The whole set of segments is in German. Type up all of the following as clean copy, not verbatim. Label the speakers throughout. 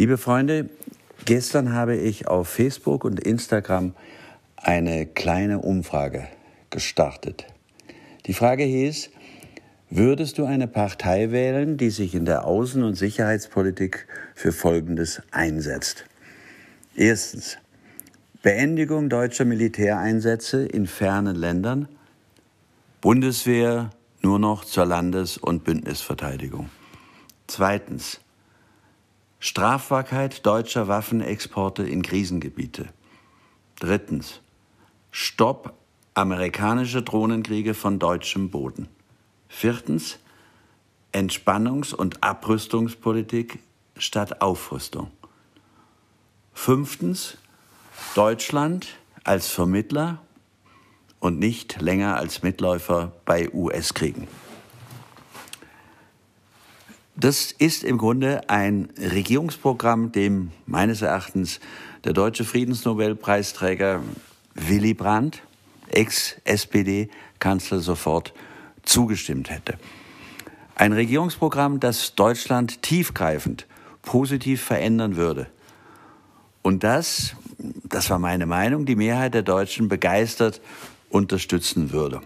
Speaker 1: Liebe Freunde, gestern habe ich auf Facebook und Instagram eine kleine Umfrage gestartet. Die Frage hieß: Würdest du eine Partei wählen, die sich in der Außen- und Sicherheitspolitik für Folgendes einsetzt? Erstens: Beendigung deutscher Militäreinsätze in fernen Ländern, Bundeswehr nur noch zur Landes- und Bündnisverteidigung. Zweitens: Strafbarkeit deutscher Waffenexporte in Krisengebiete. Drittens: Stopp amerikanische Drohnenkriege von deutschem Boden. Viertens: Entspannungs- und Abrüstungspolitik statt Aufrüstung. Fünftens: Deutschland als Vermittler und nicht länger als Mitläufer bei US-Kriegen. Das ist im Grunde ein Regierungsprogramm, dem meines Erachtens der deutsche Friedensnobelpreisträger Willy Brandt, Ex-SPD-Kanzler, sofort zugestimmt hätte. Ein Regierungsprogramm, das Deutschland tiefgreifend positiv verändern würde. Und das war meine Meinung, die Mehrheit der Deutschen begeistert unterstützen würde.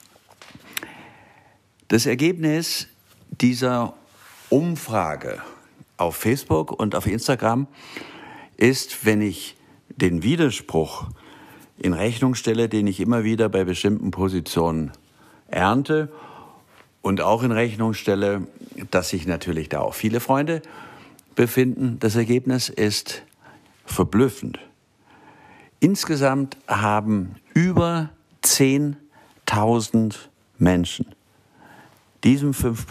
Speaker 1: Das Ergebnis dieser Umfrage auf Facebook und auf Instagram ist, wenn ich den Widerspruch in Rechnung stelle, den ich immer wieder bei bestimmten Positionen ernte, und auch in Rechnung stelle, dass sich natürlich da auch viele Freunde befinden, das Ergebnis ist verblüffend. Insgesamt haben über 10.000 Menschen diesem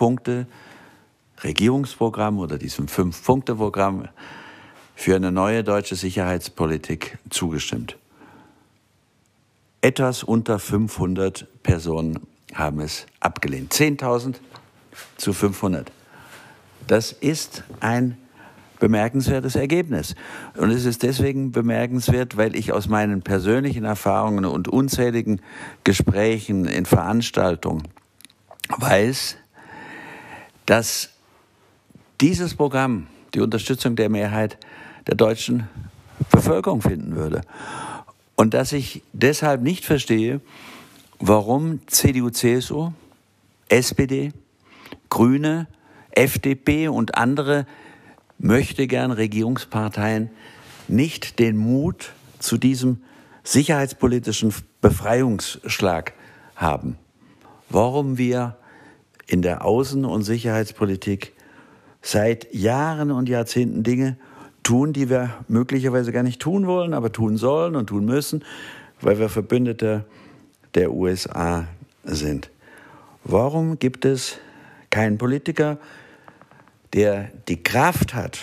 Speaker 1: 5-Punkte-Regierungsprogramm oder diesem 5-Punkte-Programm für eine neue deutsche Sicherheitspolitik zugestimmt. Etwas unter 500 Personen haben es abgelehnt. 10.000 zu 500. Das ist ein bemerkenswertes Ergebnis. Und es ist deswegen bemerkenswert, weil ich aus meinen persönlichen Erfahrungen und unzähligen Gesprächen in Veranstaltungen weiß, dass dieses Programm die Unterstützung der Mehrheit der deutschen Bevölkerung finden würde. Und dass ich deshalb nicht verstehe, warum CDU, CSU, SPD, Grüne, FDP und andere möchtegern Regierungsparteien nicht den Mut zu diesem sicherheitspolitischen Befreiungsschlag haben. Warum wir in der Außen- und Sicherheitspolitik seit Jahren und Jahrzehnten Dinge tun, die wir möglicherweise gar nicht tun wollen, aber tun sollen und tun müssen, weil wir Verbündete der USA sind. Warum gibt es keinen Politiker, der die Kraft hat,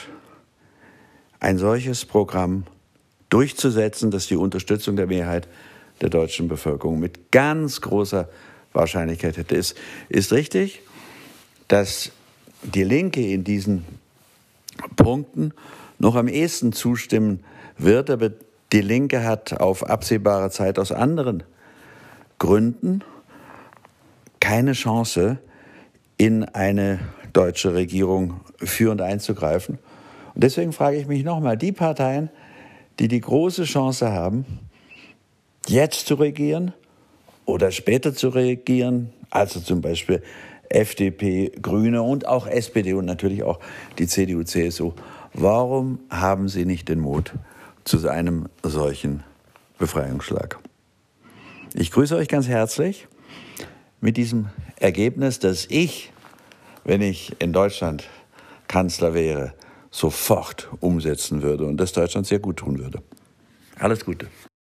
Speaker 1: ein solches Programm durchzusetzen, das die Unterstützung der Mehrheit der deutschen Bevölkerung mit ganz großer Wahrscheinlichkeit hätte? Es ist richtig, dass die Linke in diesen Punkten noch am ehesten zustimmen wird, aber die Linke hat auf absehbare Zeit aus anderen Gründen keine Chance, in eine deutsche Regierung führend einzugreifen. Und deswegen frage ich mich nochmal, die Parteien, die die große Chance haben, jetzt zu regieren oder später zu regieren, also zum Beispiel FDP, Grüne und auch SPD und natürlich auch die CDU, CSU, warum haben sie nicht den Mut zu einem solchen Befreiungsschlag? Ich grüße euch ganz herzlich mit diesem Ergebnis, dass ich, wenn ich in Deutschland Kanzler wäre, sofort umsetzen würde und das Deutschland sehr gut tun würde. Alles Gute.